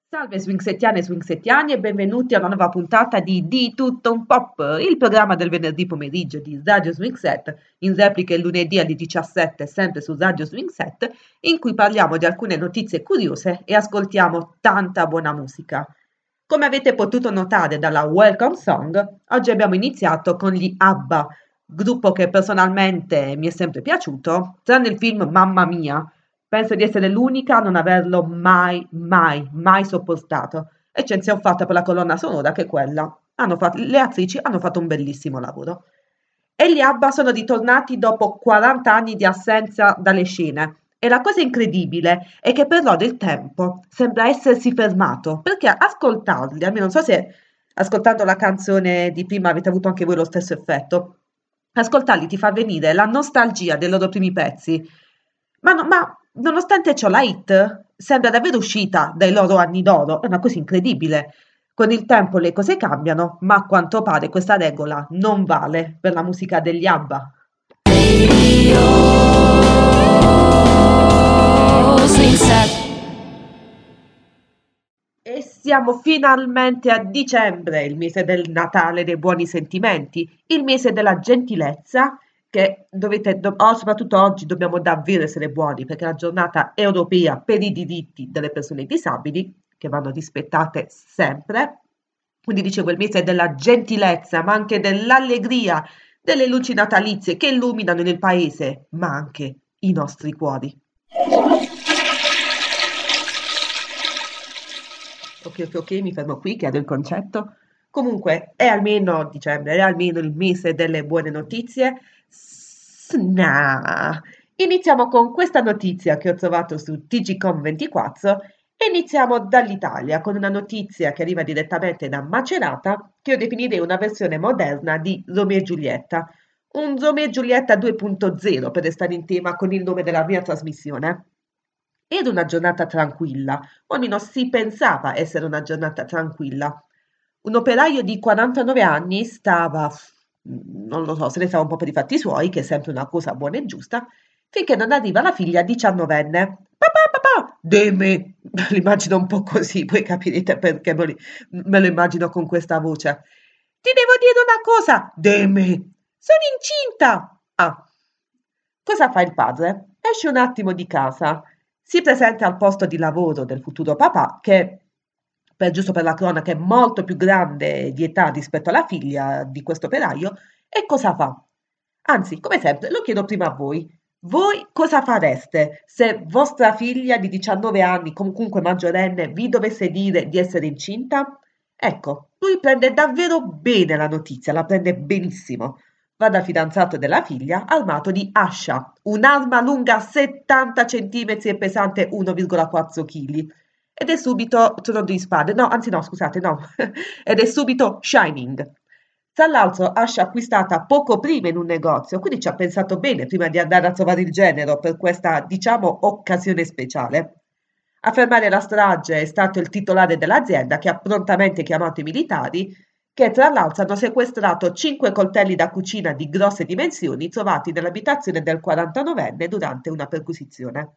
Salve swingsettiane e swingsettiani e benvenuti a una nuova puntata di Tutto un Pop, il programma del venerdì pomeriggio di Radio Swingset, in replica il lunedì alle 17 sempre su Radio Swingset, in cui parliamo di alcune notizie curiose e ascoltiamo tanta buona musica. Come avete potuto notare dalla Welcome Song, oggi abbiamo iniziato con gli ABBA, gruppo che personalmente mi è sempre piaciuto, tranne il film Mamma Mia. Penso di essere l'unica a non averlo mai sopportato. Eccezione fatta per la colonna sonora, che è quella. Le attrici hanno fatto un bellissimo lavoro. E gli ABBA sono ritornati dopo 40 anni di assenza dalle scene. E la cosa incredibile è che per loro il tempo sembra essersi fermato, perché ascoltarli, almeno non so se ascoltando la canzone di prima avete avuto anche voi lo stesso effetto, ascoltarli ti fa venire la nostalgia dei loro primi pezzi, ma nonostante ciò la hit sembra davvero uscita dai loro anni d'oro, è una cosa incredibile. Con il tempo le cose cambiano, ma a quanto pare questa regola non vale per la musica degli ABBA. Swing set. E siamo finalmente a dicembre, il mese del Natale, dei buoni sentimenti, il mese della gentilezza, che soprattutto oggi dobbiamo davvero essere buoni, perché è la giornata europea per i diritti delle persone disabili, che vanno rispettate sempre. Quindi dicevo il mese della gentilezza, ma anche dell'allegria, delle luci natalizie che illuminano il paese, ma anche i nostri cuori. Ok, mi fermo qui, chiaro il concetto. Comunque, è almeno dicembre, è almeno il mese delle buone notizie. Sna! Iniziamo con questa notizia che ho trovato su TGCom24 e iniziamo dall'Italia con una notizia che arriva direttamente da Macerata, che io definirei una versione moderna di Romeo e Giulietta. Un Romeo e Giulietta 2.0 per restare in tema con il nome della mia trasmissione. Ed una giornata tranquilla, o almeno si pensava essere una giornata tranquilla. Un operaio di 49 anni stava, non lo so, se ne stava un po' per i fatti suoi, che è sempre una cosa buona e giusta, finché non arriva la figlia 19enne. Papà, dimmi! L'immagino un po' così, poi capirete perché me lo immagino con questa voce. Ti devo dire una cosa, dimmi! Sono incinta! Ah, cosa fa il padre? Esce un attimo di casa, si presenta al posto di lavoro del futuro papà, che, giusto per la cronaca, è molto più grande di età rispetto alla figlia di questo operaio, e cosa fa? Anzi, come sempre, lo chiedo prima a voi. Voi cosa fareste se vostra figlia di 19 anni, comunque maggiorenne, vi dovesse dire di essere incinta? Ecco, lui prende davvero bene la notizia, la prende benissimo. Va dal fidanzato della figlia armato di ascia, un'arma lunga 70 centimetri e pesante 1,4 kg. Ed è subito trono di spade. No, anzi no, scusate, no. Ed è subito Shining. Tra l'altro, Asha acquistata poco prima in un negozio, quindi ci ha pensato bene prima di andare a trovare il genero per questa, diciamo, occasione speciale. A fermare la strage è stato il titolare dell'azienda che ha prontamente chiamato i militari, che tra l'altro hanno sequestrato 5 coltelli da cucina di grosse dimensioni trovati nell'abitazione del 49enne durante una perquisizione.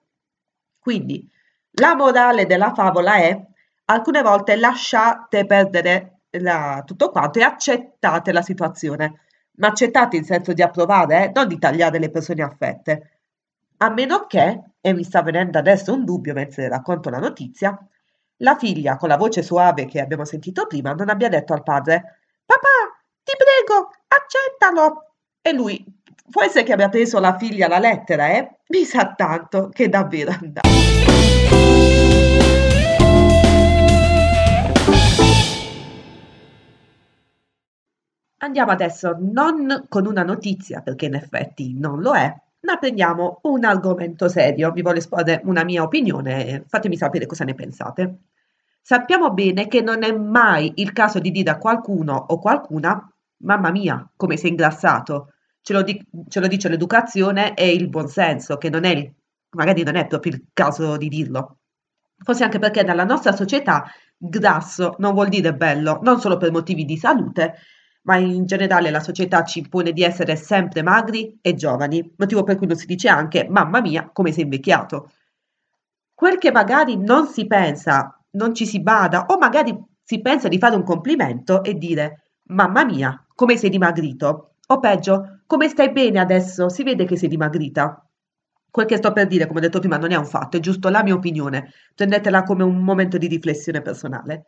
Quindi la morale della favola è: alcune volte lasciate perdere tutto quanto e accettate la situazione, ma accettate in senso di approvare, non di tagliare le persone affette. A meno che, e mi sta venendo adesso un dubbio mentre racconto la notizia, la figlia, con la voce suave che abbiamo sentito prima, non abbia detto al padre: Papà, ti prego, accettalo! E lui, può essere che abbia preso la figlia alla lettera, eh? Mi sa tanto che è davvero andato. Andiamo adesso non con una notizia, perché in effetti non lo è, ma prendiamo un argomento serio. Vi voglio esporre una mia opinione e fatemi sapere cosa ne pensate. Sappiamo bene che non è mai il caso di dire a qualcuno o qualcuna: mamma mia, come sei ingrassato. Ce lo dice l'educazione e il buonsenso, che magari non è proprio il caso di dirlo. Forse anche perché nella nostra società grasso non vuol dire bello, non solo per motivi di salute, ma in generale la società ci impone di essere sempre magri e giovani, motivo per cui non si dice anche mamma mia come sei invecchiato. Quel che magari non si pensa non ci si bada o magari si pensa di fare un complimento e dire mamma mia, come sei dimagrito? O peggio, come stai bene adesso? Si vede che sei dimagrita. Quel che sto per dire, come ho detto prima, non è un fatto, è giusto la mia opinione. Prendetela come un momento di riflessione personale.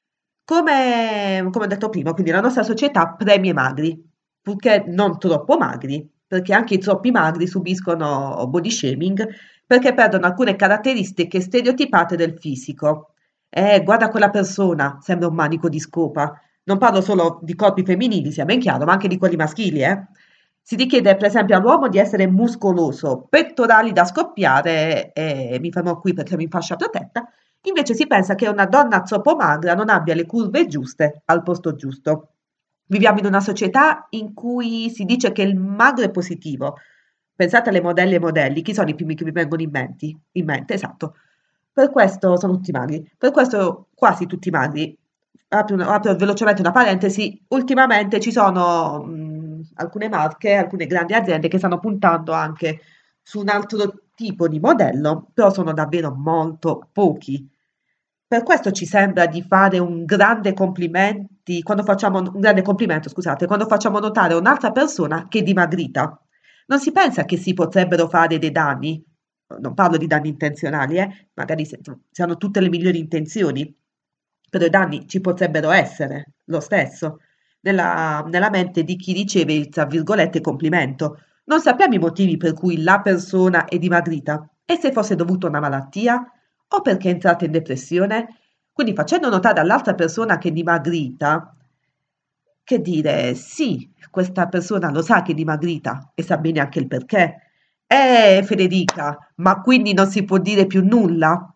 Come ho detto prima, quindi la nostra società premia i magri, purché non troppo magri, perché anche i troppi magri subiscono body shaming, perché perdono alcune caratteristiche stereotipate del fisico. Guarda quella persona, sembra un manico di scopa. Non parlo solo di corpi femminili, sia ben chiaro, ma anche di quelli maschili, eh. Si richiede per esempio all'uomo di essere muscoloso, pettorali da scoppiare, e mi fermo qui perché mi fascia protetta. Invece si pensa che una donna troppo magra non abbia le curve giuste al posto giusto. Viviamo in una società in cui si dice che il magro è positivo. Pensate alle modelle e ai modelli, chi sono i primi che vi vengono in mente, esatto. Per questo sono tutti magri, per questo quasi tutti magri. Apro velocemente una parentesi, ultimamente ci sono alcune marche, alcune grandi aziende che stanno puntando anche su un altro tipo di modello, però sono davvero molto pochi. Per questo ci sembra di fare un grande complimenti quando facciamo un grande complimento, scusate, quando facciamo notare a un'altra persona che è dimagrita. Non si pensa che si potrebbero fare dei danni? Non parlo di danni intenzionali, magari se hanno tutte le migliori intenzioni, però i danni ci potrebbero essere lo stesso nella mente di chi riceve il, tra virgolette, complimento. Non sappiamo i motivi per cui la persona è dimagrita e se fosse dovuto a una malattia o perché è entrata in depressione. Quindi facendo notare all'altra persona che è dimagrita, che dire, sì, questa persona lo sa che è dimagrita e sa bene anche il perché. Federica, ma quindi non si può dire più nulla?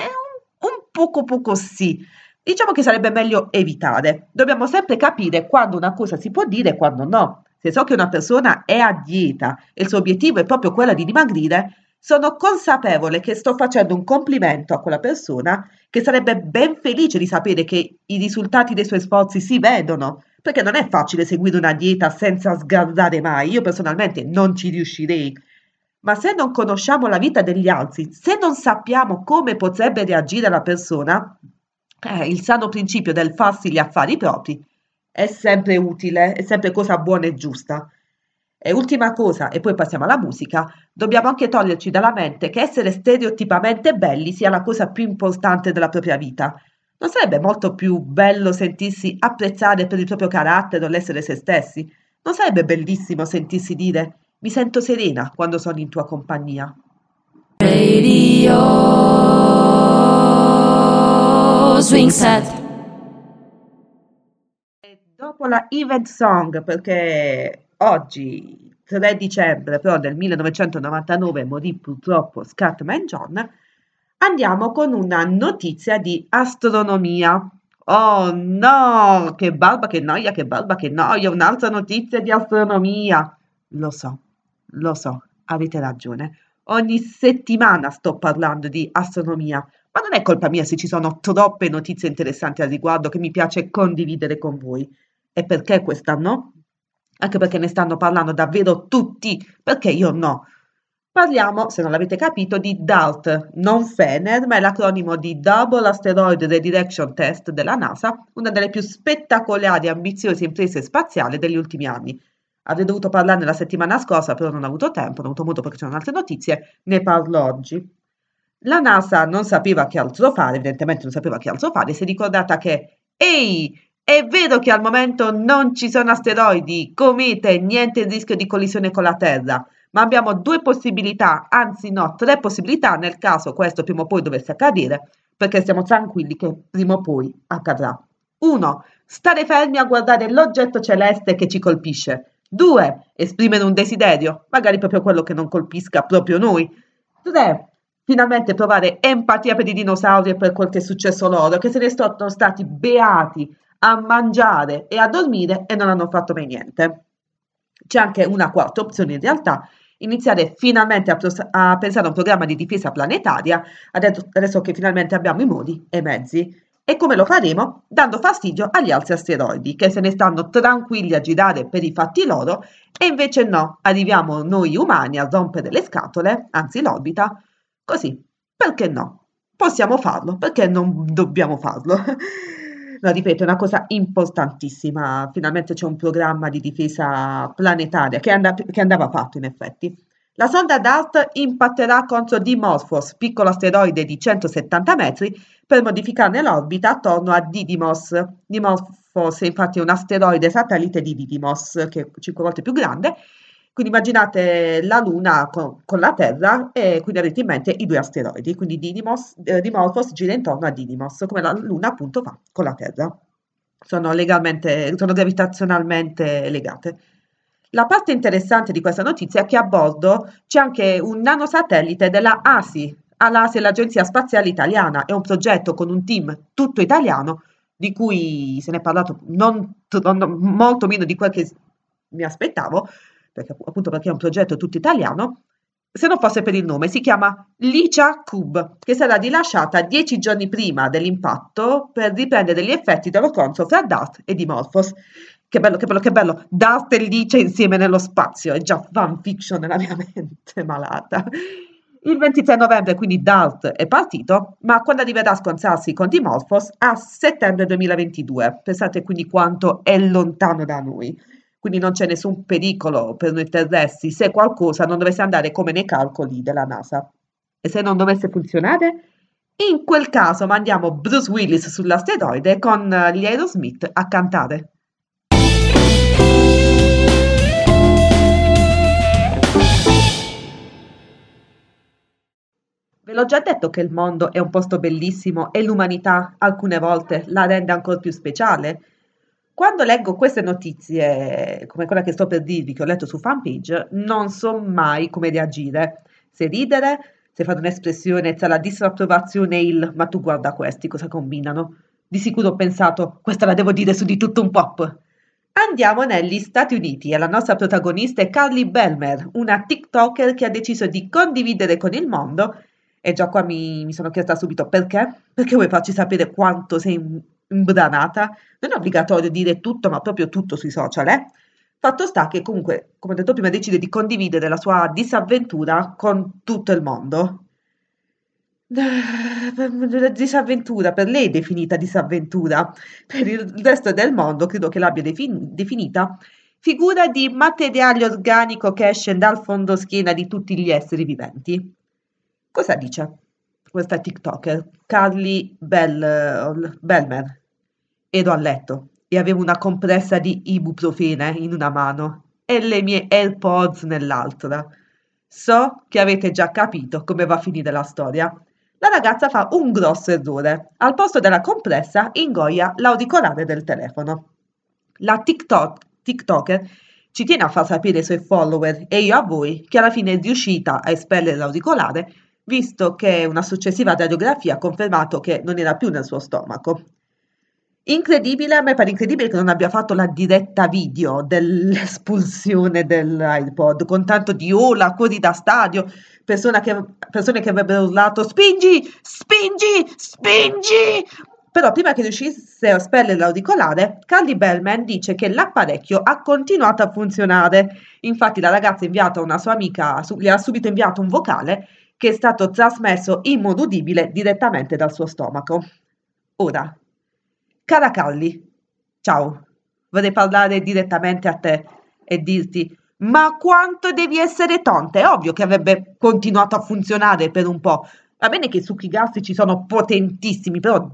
Un poco poco sì. Diciamo che sarebbe meglio evitare. Dobbiamo sempre capire quando una cosa si può dire e quando no. Se so che una persona è a dieta e il suo obiettivo è proprio quello di dimagrire, sono consapevole che sto facendo un complimento a quella persona che sarebbe ben felice di sapere che i risultati dei suoi sforzi si vedono, perché non è facile seguire una dieta senza sgarrare mai. Io personalmente non ci riuscirei. Ma se non conosciamo la vita degli altri, se non sappiamo come potrebbe reagire la persona, il sano principio del farsi gli affari propri è sempre utile, è sempre cosa buona e giusta. E ultima cosa, e poi passiamo alla musica, dobbiamo anche toglierci dalla mente che essere stereotipamente belli sia la cosa più importante della propria vita. Non sarebbe molto più bello sentirsi apprezzare per il proprio carattere o l'essere se stessi? Non sarebbe bellissimo sentirsi dire mi sento serena quando sono in tua compagnia? Radio Swing Set. E dopo la Event Song, perché oggi, 3 dicembre però del 1999, morì purtroppo Scatman John, andiamo con una notizia di astronomia. Oh no, che barba, che noia, un'altra notizia di astronomia. Lo so, avete ragione. Ogni settimana sto parlando di astronomia, ma non è colpa mia se ci sono troppe notizie interessanti al riguardo che mi piace condividere con voi. E perché quest'anno? Anche perché ne stanno parlando davvero tutti, perché io no. Parliamo, se non l'avete capito, di DART, non FENER, ma è l'acronimo di Double Asteroid Redirection Test della NASA, una delle più spettacolari e ambiziose imprese spaziali degli ultimi anni. Avrei dovuto parlarne la settimana scorsa, però non ho avuto tempo, non ho avuto modo perché c'erano altre notizie, ne parlo oggi. La NASA non sapeva che altro fare, evidentemente non sapeva che altro fare, si è ricordata che, ehi, è vero che al momento non ci sono asteroidi, comete, niente il rischio di collisione con la Terra, ma abbiamo due possibilità, anzi no, tre possibilità nel caso questo prima o poi dovesse accadere, perché siamo tranquilli che prima o poi accadrà. 1. Stare fermi a guardare l'oggetto celeste che ci colpisce. 2. Esprimere un desiderio, magari proprio quello che non colpisca proprio noi. 3. Finalmente provare empatia per i dinosauri e per quel che è successo loro, che se ne sono stati beati a mangiare e a dormire e non hanno fatto mai niente. C'è anche una quarta opzione in realtà, iniziare finalmente a pensare a un programma di difesa planetaria, adesso che finalmente abbiamo i modi e i mezzi. E come lo faremo? Dando fastidio agli altri asteroidi, che se ne stanno tranquilli a girare per i fatti loro, e invece no, arriviamo noi umani a rompere le scatole, anzi l'orbita, così, perché no? possiamo farlo, perché non dobbiamo farlo? No, ripeto, è una cosa importantissima. Finalmente c'è un programma di difesa planetaria che andava fatto in effetti. La sonda DART impatterà contro Dimorphos, piccolo asteroide di 170 metri, per modificarne l'orbita attorno a Didymos. Dimorphos è infatti un asteroide satellite di Didymos, che è 5 volte più grande. Quindi immaginate la Luna con la Terra e quindi avrete in mente i due asteroidi. Quindi Dimorphos gira intorno a Didymos, come la Luna appunto fa con la Terra. Sono gravitazionalmente legate. La parte interessante di questa notizia è che a bordo c'è anche un nanosatellite della ASI. L'ASI è l'Agenzia Spaziale Italiana, è un progetto con un team tutto italiano di cui se ne è parlato molto meno di quel che mi aspettavo, appunto perché è un progetto tutto italiano. Se non fosse per il nome, si chiama Licia Cube, che sarà rilasciata 10 giorni prima dell'impatto per riprendere gli effetti dello scontro fra DART e Dimorphos. Che bello, che bello, che bello! Dart e Lice insieme nello spazio, è già fanfiction nella mia mente malata. Il 23 novembre quindi Dart è partito, ma quando arriverà a scontrarsi con Dimorphos a settembre 2022. Pensate quindi quanto è lontano da noi. Quindi non c'è nessun pericolo per noi terrestri se qualcosa non dovesse andare come nei calcoli della NASA. E se non dovesse funzionare? In quel caso mandiamo Bruce Willis sull'asteroide con gli Aerosmith a cantare. Ve l'ho già detto che il mondo è un posto bellissimo e l'umanità alcune volte la rende ancora più speciale. Quando leggo queste notizie, come quella che sto per dirvi, che ho letto su Fanpage, non so mai come reagire. Se ridere, se fare un'espressione tra la disapprovazione e il ma tu guarda questi cosa combinano. Di sicuro ho pensato, questa la devo dire su di tutto un pop. Andiamo negli Stati Uniti e la nostra protagonista è Carly Belmer, una TikToker che ha deciso di condividere con il mondo. E già qua mi sono chiesta subito perché? Perché vuoi farci sapere quanto sei imbranata? Non è obbligatorio dire tutto, ma proprio tutto sui social, eh? Fatto sta che comunque, come ho detto prima, decide di condividere la sua disavventura con tutto il mondo. Disavventura, per lei è definita disavventura, per il resto del mondo credo che l'abbia definita figura di materiale organico che esce dal fondoschiena di tutti gli esseri viventi. Cosa dice questa TikToker, Belmer? Ero a letto e avevo una compressa di ibuprofene in una mano e le mie AirPods nell'altra. So che avete già capito come va a finire la storia. La ragazza fa un grosso errore. Al posto della compressa ingoia l'auricolare del telefono. La TikToker ci tiene a far sapere ai suoi follower e io a voi che alla fine è riuscita a espellere l'auricolare, visto che una successiva radiografia ha confermato che non era più nel suo stomaco. Incredibile, a me pare incredibile che non abbia fatto la diretta video dell'espulsione dell'iPod con tanto di ola, fuori da stadio, persone che avrebbero urlato spingi, spingi, spingi! Però prima che riuscisse a spellere l'auricolare, Carly Bellman dice che l'apparecchio ha continuato a funzionare. Infatti la ragazza ha inviato a una sua amica, gli ha subito inviato un vocale che è stato trasmesso in modo udibile direttamente dal suo stomaco. Ora, cara Carly, ciao, vorrei parlare direttamente a te e dirti, ma quanto devi essere tonta? È ovvio che avrebbe continuato a funzionare per un po'. Va bene che i succhi gastrici sono potentissimi, però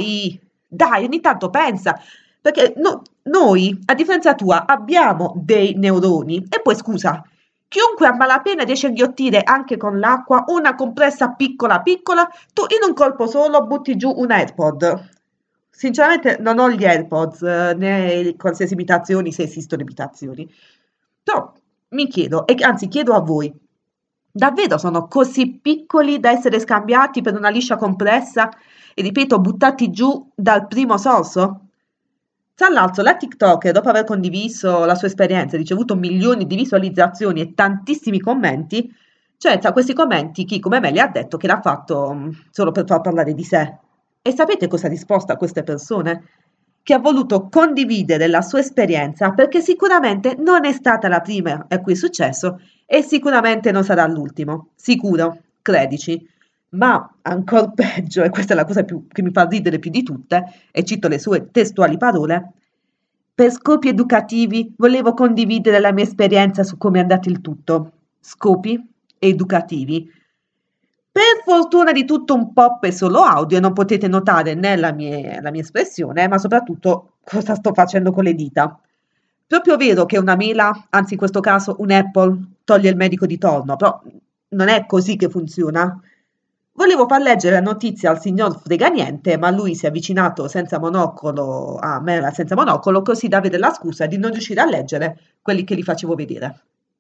dai, ogni tanto pensa, perché noi, a differenza tua, abbiamo dei neuroni e poi scusa, chiunque a malapena riesce a inghiottire anche con l'acqua una compressa piccola piccola, tu in un colpo solo butti giù un AirPod. Sinceramente non ho gli AirPods, né qualsiasi imitazioni, se esistono imitazioni. Però mi chiedo, e anzi chiedo a voi, davvero sono così piccoli da essere scambiati per una liscia compressa e, ripeto, buttati giù dal primo sorso? Tra l'altro, la TikTok, dopo aver condiviso la sua esperienza, ricevuto milioni di visualizzazioni e tantissimi commenti, cioè tra questi commenti chi come me le ha detto che l'ha fatto solo per far parlare di sé. E sapete cosa ha risposto a queste persone? Che ha voluto condividere la sua esperienza perché sicuramente non è stata la prima a cui è successo e sicuramente non sarà l'ultimo. Sicuro, credici. Ma ancor peggio, e questa è la cosa che mi fa ridere più di tutte, e cito le sue testuali parole, per scopi educativi volevo condividere la mia esperienza su come è andato il tutto. Scopi educativi. Per fortuna di tutto un pop è solo audio, non potete notare né la mia espressione, ma soprattutto cosa sto facendo con le dita. Proprio vero che una mela, anzi in questo caso un Apple, toglie il medico di torno, però non è così che funziona. Volevo far leggere la notizia al signor Freganiente, ma lui si è avvicinato senza monocolo a me senza monocolo, così da avere la scusa di non riuscire a leggere quelli che gli facevo vedere.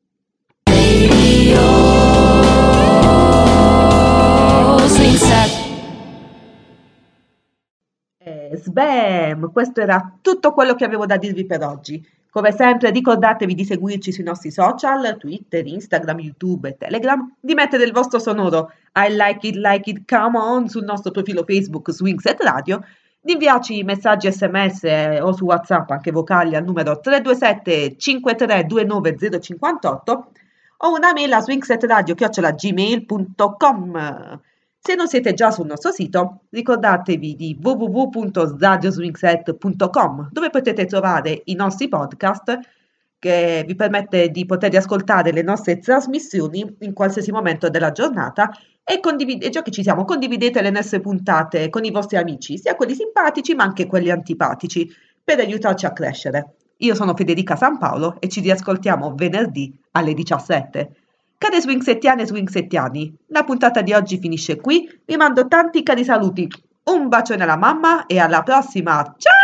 Swing set. Sbam! Questo era tutto quello che avevo da dirvi per oggi. Come sempre ricordatevi di seguirci sui nostri social, Twitter, Instagram, YouTube e Telegram, di mettere il vostro sonoro I like it, come on sul nostro profilo Facebook Swingset Radio, di inviarci messaggi SMS o su WhatsApp anche vocali al numero 327 5329058 o una mail a swingsetradio@gmail.com. Se non siete già sul nostro sito, ricordatevi di www.radioswingset.com, dove potete trovare i nostri podcast che vi permette di poter ascoltare le nostre trasmissioni in qualsiasi momento della giornata e già che ci siamo, condividete le nostre puntate con i vostri amici, sia quelli simpatici ma anche quelli antipatici, per aiutarci a crescere. Io sono Federica San Paolo e ci riascoltiamo venerdì alle 17. Care swingsettiane e swingsettiani, la puntata di oggi finisce qui, vi mando tanti cari saluti, un bacione alla mamma e alla prossima, ciao!